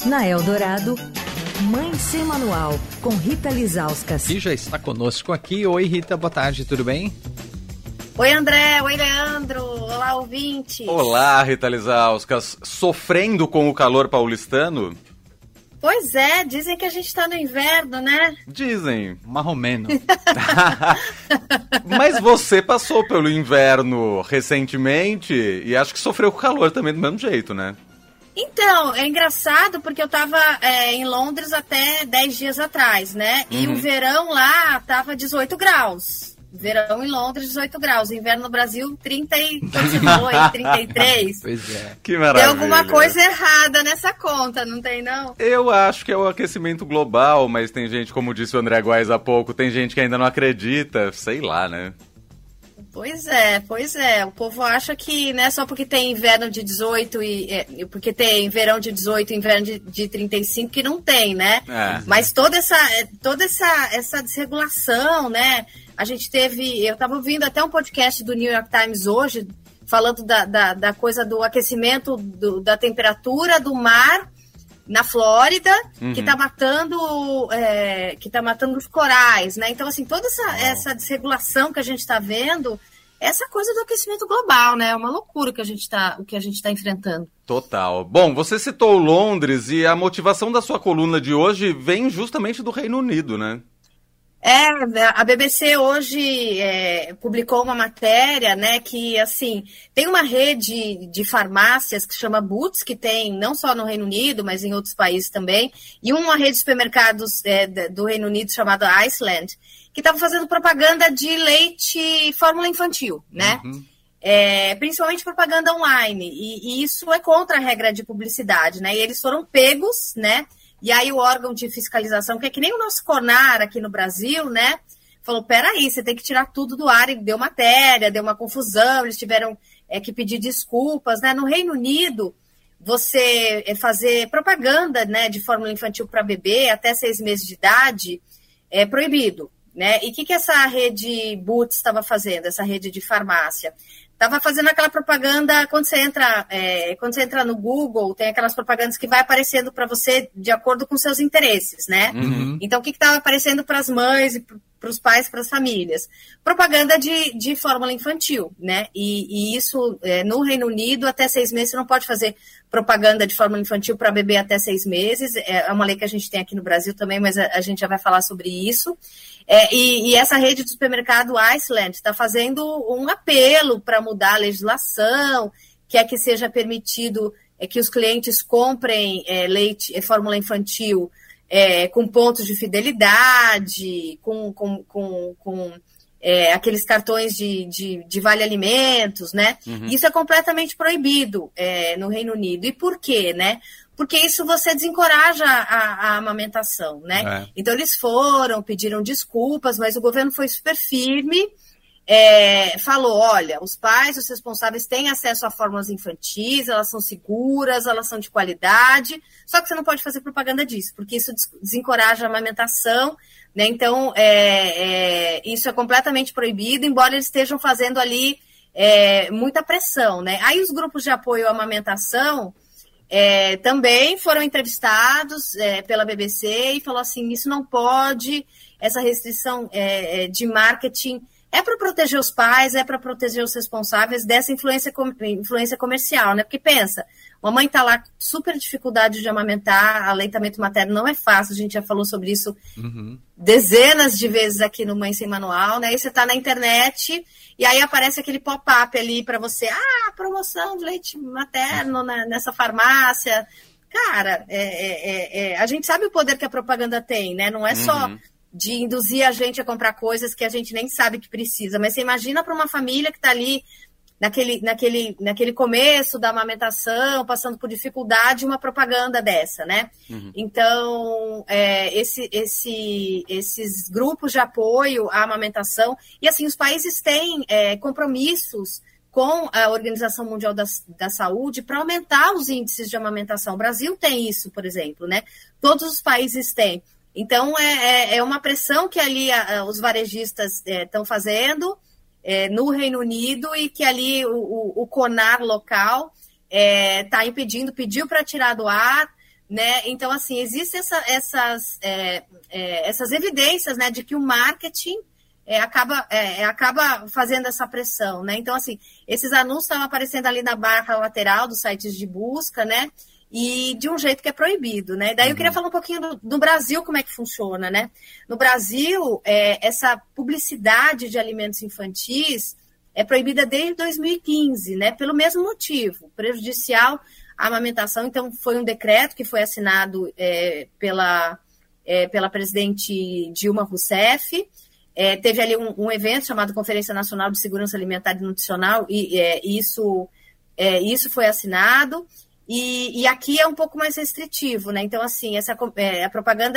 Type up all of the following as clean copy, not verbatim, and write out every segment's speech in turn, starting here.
Na Eldorado, Mãe Sem Manual, com Rita Lizauskas. E já está conosco aqui. Oi, Rita, boa tarde, tudo bem? Oi, André. Oi, Leandro. Olá, ouvintes. Olá, Rita Lizauskas. Sofrendo com o calor paulistano? Pois é, dizem que a gente está no inverno, né? Dizem. Marromeno. Mas você passou pelo inverno recentemente e acho que sofreu com o calor também do mesmo jeito, né? Então, é engraçado porque eu estava em Londres até 10 dias atrás, né? E o verão lá estava 18 graus. Verão em Londres, 18 graus. Inverno no Brasil, 32, 33. Pois é. Que maravilha. Tem alguma coisa errada nessa conta, não tem, não? Eu acho que é o aquecimento global, mas tem gente, como disse o André Guaiz há pouco, tem gente que ainda não acredita. Sei lá, né? Pois é. O povo acha que, né, só porque tem inverno de 18 porque tem verão de 18 e inverno de 35 que não tem, né? Mas toda essa desregulação, né? A gente teve, eu estava ouvindo até um podcast do New York Times hoje, falando da coisa do aquecimento da temperatura do mar na Flórida, que está matando os corais, né? Então, assim, toda essa desregulação que a gente está vendo, essa coisa do aquecimento global, né? É uma loucura o que a gente está enfrentando. Total. Bom, você citou Londres e a motivação da sua coluna de hoje vem justamente do Reino Unido, né? A BBC hoje publicou uma matéria, né, que, assim, tem uma rede de farmácias que chama Boots, que tem não só no Reino Unido, mas em outros países também, e uma rede de supermercados do Reino Unido chamada Iceland, que estava fazendo propaganda de leite fórmula infantil, né? Principalmente propaganda online, e isso é contra a regra de publicidade, né? E eles foram pegos, né? E aí o órgão de fiscalização, que é que nem o nosso CONAR aqui no Brasil, né? Falou, peraí, você tem que tirar tudo do ar, e deu matéria, deu uma confusão, eles tiveram que pedir desculpas, né? No Reino Unido, você fazer propaganda, né, de fórmula infantil para bebê até 6 meses de idade é proibido, né? E o que essa rede Boots estava fazendo, essa rede de farmácia? Estava fazendo aquela propaganda, quando você entra no Google, tem aquelas propagandas que vai aparecendo para você de acordo com seus interesses, né? Então, o que estava aparecendo para as mães, para os pais, para as famílias? Propaganda de fórmula infantil, né? E isso, no Reino Unido, até 6 meses, você não pode fazer propaganda de fórmula infantil para bebê até 6 meses. É uma lei que a gente tem aqui no Brasil também, mas a gente já vai falar sobre isso. E essa rede de supermercado Iceland está fazendo um apelo para mudar a legislação, quer que seja permitido que os clientes comprem leite, fórmula infantil com pontos de fidelidade, com aqueles cartões de vale-alimentos, né? Isso é completamente proibido no Reino Unido. E por quê, né? Porque isso você desencoraja a amamentação, né? Então eles pediram desculpas, mas o governo foi super firme, falou, olha, os pais, os responsáveis têm acesso a fórmulas infantis, elas são seguras, elas são de qualidade, só que você não pode fazer propaganda disso, porque isso desencoraja a amamentação, né? Então, isso é completamente proibido, embora eles estejam fazendo ali muita pressão, né? Aí os grupos de apoio à amamentação também foram entrevistados pela BBC e falou assim, isso não pode, essa restrição de marketing é para proteger os pais, é para proteger os responsáveis dessa influência comercial, né? Porque pensa, uma mãe está lá com super dificuldade de amamentar, aleitamento materno não é fácil, a gente já falou sobre isso dezenas de vezes aqui no Mãe Sem Manual, né? Aí você está na internet e aí aparece aquele pop-up ali para você, promoção de leite materno nessa farmácia. Cara, a gente sabe o poder que a propaganda tem, né? Não é só de induzir a gente a comprar coisas que a gente nem sabe que precisa, mas você imagina para uma família que está ali naquele começo da amamentação, passando por dificuldade, uma propaganda dessa, né? Então, esses grupos de apoio à amamentação, e assim, os países têm compromissos com a Organização Mundial da Saúde para aumentar os índices de amamentação. O Brasil tem isso, por exemplo, né? Todos os países têm. Então, é uma pressão que ali os varejistas estão fazendo no Reino Unido e que ali o CONAR local está impedindo, pediu para tirar do ar, né? Então, assim, existem essas evidências, né, de que o marketing acaba fazendo essa pressão, né? Então, assim, esses anúncios estão aparecendo ali na barra lateral dos sites de busca, né? E de um jeito que é proibido, né? Daí eu queria falar um pouquinho do Brasil, como é que funciona, né? No Brasil, essa publicidade de alimentos infantis é proibida desde 2015, né? Pelo mesmo motivo, prejudicial à amamentação. Então, foi um decreto que foi assinado pela presidente Dilma Rousseff. Teve ali um evento chamado Conferência Nacional de Segurança Alimentar e Nutricional, e isso foi assinado. E aqui é um pouco mais restritivo, né? Então, assim, a propaganda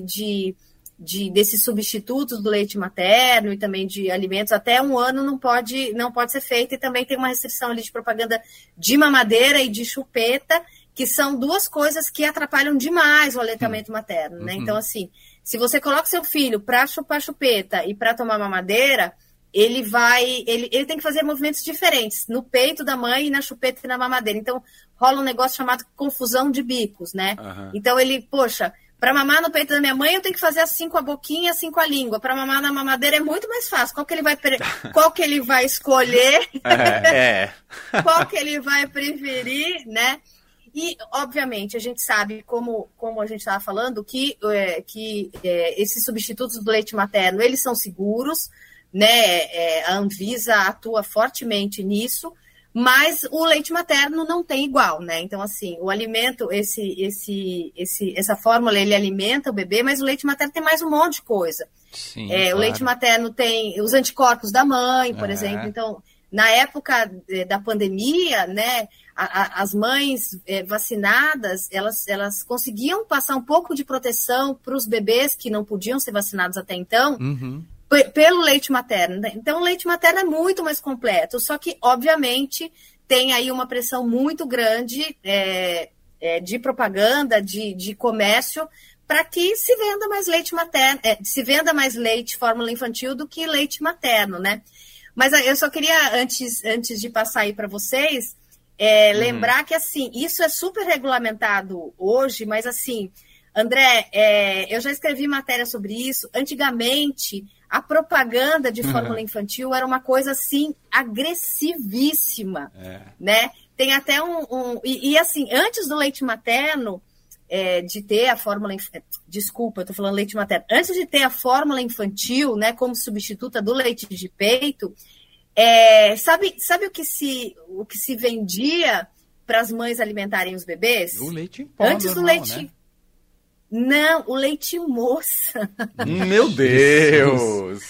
desses substitutos do leite materno e também de alimentos até 1 ano não pode ser feita, e também tem uma restrição ali de propaganda de mamadeira e de chupeta, que são 2 coisas que atrapalham demais o aleitamento materno, né? Então, assim, se você coloca seu filho para chupar chupeta e para tomar mamadeira, ele tem que fazer movimentos diferentes no peito da mãe e na chupeta e na mamadeira. Então, rola um negócio chamado confusão de bicos, né? Então, para mamar no peito da minha mãe, eu tenho que fazer assim com a boquinha, assim com a língua. Para mamar na mamadeira é muito mais fácil. Qual que ele vai escolher? Qual que ele vai preferir, né? E, obviamente, a gente sabe, como a gente estava falando, que esses substitutos do leite materno, eles são seguros, né? A Anvisa atua fortemente nisso, mas o leite materno não tem igual, né? Então, assim, o alimento, essa fórmula, ele alimenta o bebê, mas o leite materno tem mais um monte de coisa. Sim, claro. O leite materno tem os anticorpos da mãe, por exemplo. Então, na época da pandemia, né, as mães vacinadas, elas conseguiam passar um pouco de proteção para os bebês que não podiam ser vacinados até então, pelo leite materno. Então, o leite materno é muito mais completo, só que, obviamente, tem aí uma pressão muito grande de propaganda, de comércio, para que se venda mais leite materno, se venda mais leite fórmula infantil do que leite materno, né? Mas eu só queria, antes de passar aí para vocês, lembrar que, assim, isso é super regulamentado hoje, mas, assim, André, eu já escrevi matéria sobre isso. Antigamente, a propaganda de fórmula infantil era uma coisa, assim, agressivíssima, né? Tem até E, assim, antes do leite materno, de ter a fórmula... Desculpa, eu tô falando leite materno. Antes de ter a fórmula infantil, né, como substituta do leite de peito, sabe o que se vendia para as mães alimentarem os bebês? O leite em pó, antes normal, do leite... né? Não, o leite moça. Meu Deus!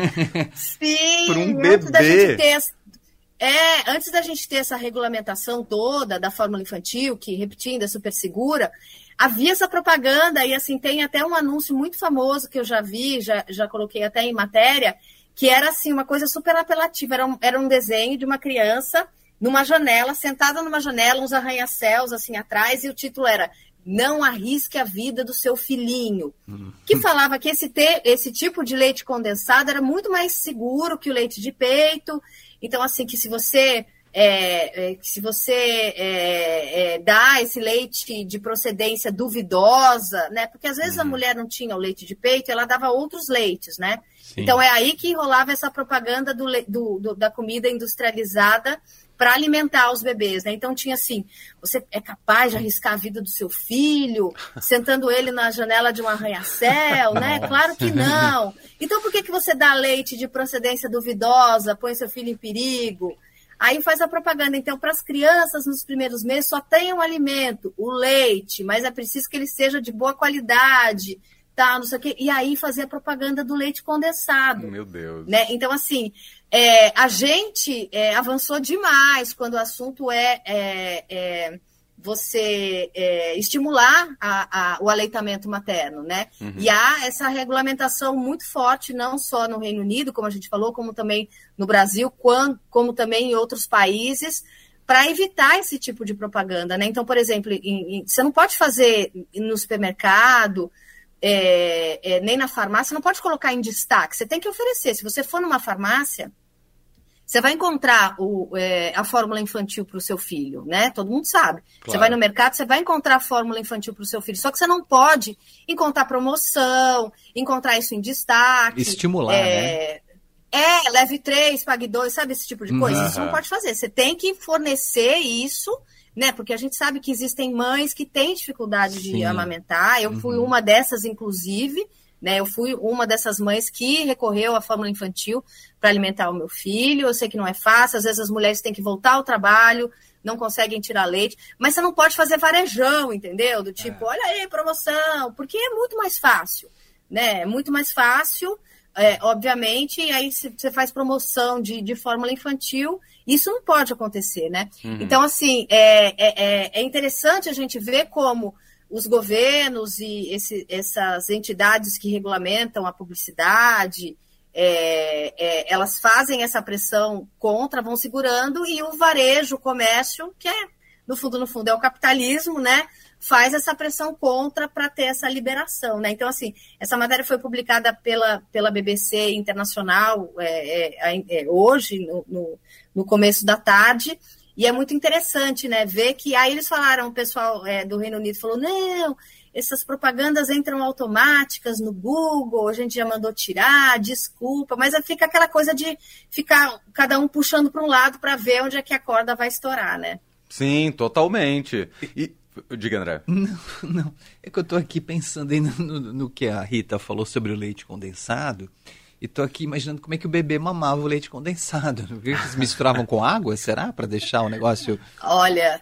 Sim, para um bebê. Antes da gente ter essa regulamentação toda da fórmula infantil, que, repetindo, é super segura, havia essa propaganda, e assim, tem até um anúncio muito famoso que eu já vi, já coloquei até em matéria, que era assim, uma coisa super apelativa, era um desenho de uma criança numa janela, sentada numa janela, uns arranha-céus assim atrás, e o título era "Não arrisque a vida do seu filhinho", que falava que esse tipo de leite condensado era muito mais seguro que o leite de peito. Então, assim, que se você dá esse leite de procedência duvidosa, né? Porque às vezes a mulher não tinha o leite de peito, ela dava outros leites, né? Sim. Então, é aí que enrolava essa propaganda da comida industrializada para alimentar os bebês, né? Então tinha assim, você é capaz de arriscar a vida do seu filho, sentando ele na janela de um arranha-céu, né? Claro que não. Então por que você dá leite de procedência duvidosa, põe seu filho em perigo? Aí faz a propaganda. Então, para as crianças, nos primeiros meses, só tem um alimento, o leite, mas é preciso que ele seja de boa qualidade, tá, não sei o quê. E aí fazer a propaganda do leite condensado. Meu Deus. Né? Então, assim, a gente avançou demais quando o assunto você estimular o aleitamento materno, né? E há essa regulamentação muito forte, não só no Reino Unido, como a gente falou, como também no Brasil, como também em outros países, para evitar esse tipo de propaganda, né? Então, por exemplo, você não pode fazer no supermercado, nem na farmácia, não pode colocar em destaque, você tem que oferecer. Se você for numa farmácia, Você vai encontrar a fórmula infantil para o seu filho, né? Todo mundo sabe. Claro. Você vai no mercado, você vai encontrar a fórmula infantil para o seu filho. Só que você não pode encontrar promoção, encontrar isso em destaque. Estimular, né? Leve 3, pague 2, sabe esse tipo de coisa? Isso não pode fazer. Você tem que fornecer isso, né? Porque a gente sabe que existem mães que têm dificuldade de amamentar. Eu fui uma dessas, inclusive. Né, eu fui uma dessas mães que recorreu à fórmula infantil para alimentar o meu filho. Eu sei que não é fácil, às vezes as mulheres têm que voltar ao trabalho, não conseguem tirar leite, mas você não pode fazer varejão, entendeu? Do tipo, olha aí, promoção, porque é muito mais fácil, né? É muito mais fácil, obviamente, e aí você faz promoção de fórmula infantil, isso não pode acontecer, né? Então, assim, é interessante a gente ver como os governos e essas entidades que regulamentam a publicidade, elas fazem essa pressão contra, vão segurando, e o varejo, o comércio, que no fundo é o capitalismo, né, faz essa pressão contra para ter essa liberação, né? Então, assim, essa matéria foi publicada pela BBC Internacional hoje, no começo da tarde. E é muito interessante, né, ver que aí eles falaram, o pessoal do Reino Unido falou, não, essas propagandas entram automáticas no Google, a gente já mandou tirar, desculpa, mas fica aquela coisa de ficar cada um puxando para um lado para ver onde é que a corda vai estourar, né? Sim, totalmente. Diga, André. Não, é que eu tô aqui pensando aí no que a Rita falou sobre o leite condensado. E tô aqui imaginando como é que o bebê mamava o leite condensado. Eles misturavam com água, será? Para deixar o negócio... Olha,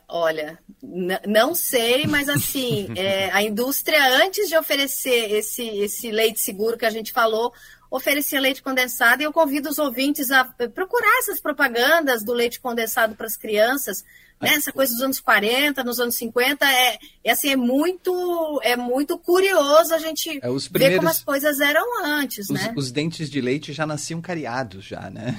não sei, mas assim, a indústria, antes de oferecer esse leite seguro que a gente falou, oferecia leite condensado, e eu convido os ouvintes a procurar essas propagandas do leite condensado para as crianças, né? Essa coisa dos anos 40, nos anos 50, é muito curioso a gente ver como as coisas eram antes, né? Os dentes de leite já nasciam cariados, já, né?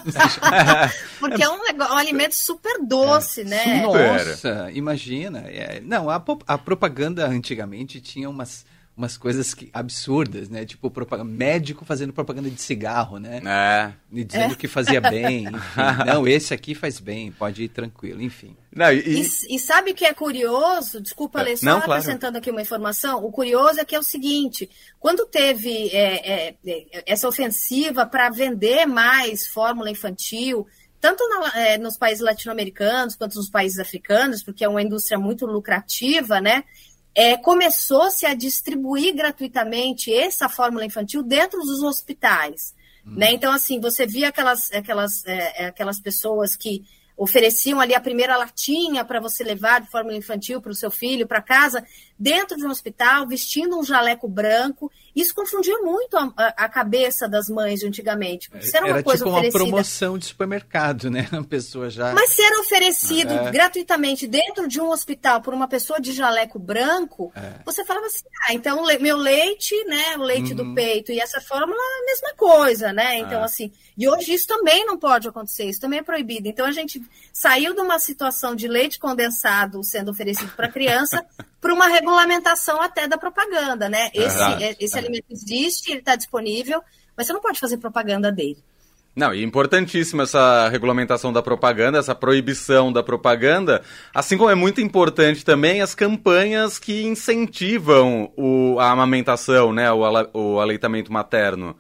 Porque é um alimento super doce, né? Nossa, imagina. Não, a propaganda antigamente tinha umas coisas absurdas, né? Tipo, médico fazendo propaganda de cigarro, né? E dizendo que fazia bem, enfim. Não, esse aqui faz bem, pode ir tranquilo, enfim. Não, e sabe o que é curioso? Desculpa, Alê, só acrescentando aqui uma informação. O curioso é que é o seguinte, quando teve essa ofensiva para vender mais fórmula infantil, tanto nos países latino-americanos quanto nos países africanos, porque é uma indústria muito lucrativa, né? Começou-se a distribuir gratuitamente essa fórmula infantil dentro dos hospitais, né? Então, assim, você via aquelas pessoas que ofereciam ali a primeira latinha para você levar de fórmula infantil para o seu filho, para casa, dentro de um hospital, vestindo um jaleco branco. Isso confundia muito a cabeça das mães de antigamente. Isso era uma coisa tipo oferecida. Uma promoção de supermercado, né? A pessoa já... Mas se era oferecido gratuitamente dentro de um hospital por uma pessoa de jaleco branco, você falava assim, então meu leite, né, o leite do peito e essa fórmula é a mesma coisa, né? Então, assim, e hoje isso também não pode acontecer, isso também é proibido. Então, a gente saiu de uma situação de leite condensado sendo oferecido para criança para uma regulamentação até da propaganda, né? Esse alimento existe, ele está disponível, mas você não pode fazer propaganda dele. Não, e importantíssima essa regulamentação da propaganda, essa proibição da propaganda, assim como é muito importante também as campanhas que incentivam a amamentação, né, o aleitamento materno.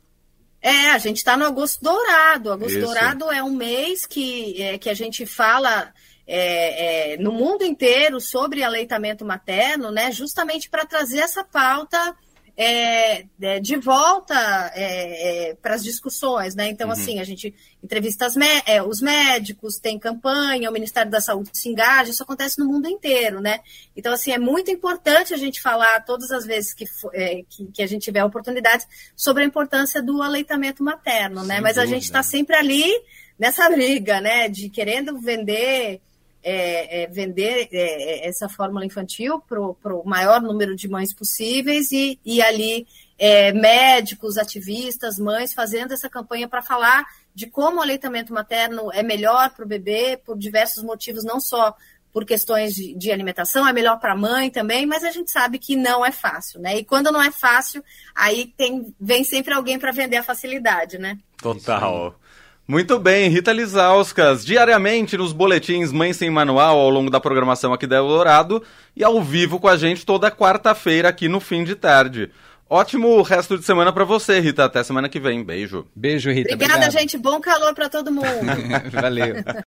A gente está no Agosto Dourado. Agosto Dourado é um mês que a gente fala no mundo inteiro sobre aleitamento materno, né? Justamente para trazer essa pauta de volta para as discussões, né? Então, assim, a gente entrevista os médicos, tem campanha, o Ministério da Saúde se engaja, isso acontece no mundo inteiro, né? Então, assim, é muito importante a gente falar todas as vezes que a gente tiver oportunidade sobre a importância do aleitamento materno, né? Mas a gente está sempre ali nessa briga, né? De querendo vender essa fórmula infantil para o maior número de mães possíveis e ali médicos, ativistas, mães fazendo essa campanha para falar de como o aleitamento materno é melhor para o bebê por diversos motivos, não só por questões de alimentação, é melhor para a mãe também, mas a gente sabe que não é fácil, né? E quando não é fácil, aí vem sempre alguém para vender a facilidade, né? Total. Muito bem, Rita Lizauskas, diariamente nos boletins Mãe Sem Manual ao longo da programação aqui da Eldorado e ao vivo com a gente toda quarta-feira aqui no Fim de Tarde. Ótimo resto de semana pra você, Rita. Até semana que vem. Beijo. Beijo, Rita. Obrigada, gente. Bom calor pra todo mundo. Valeu.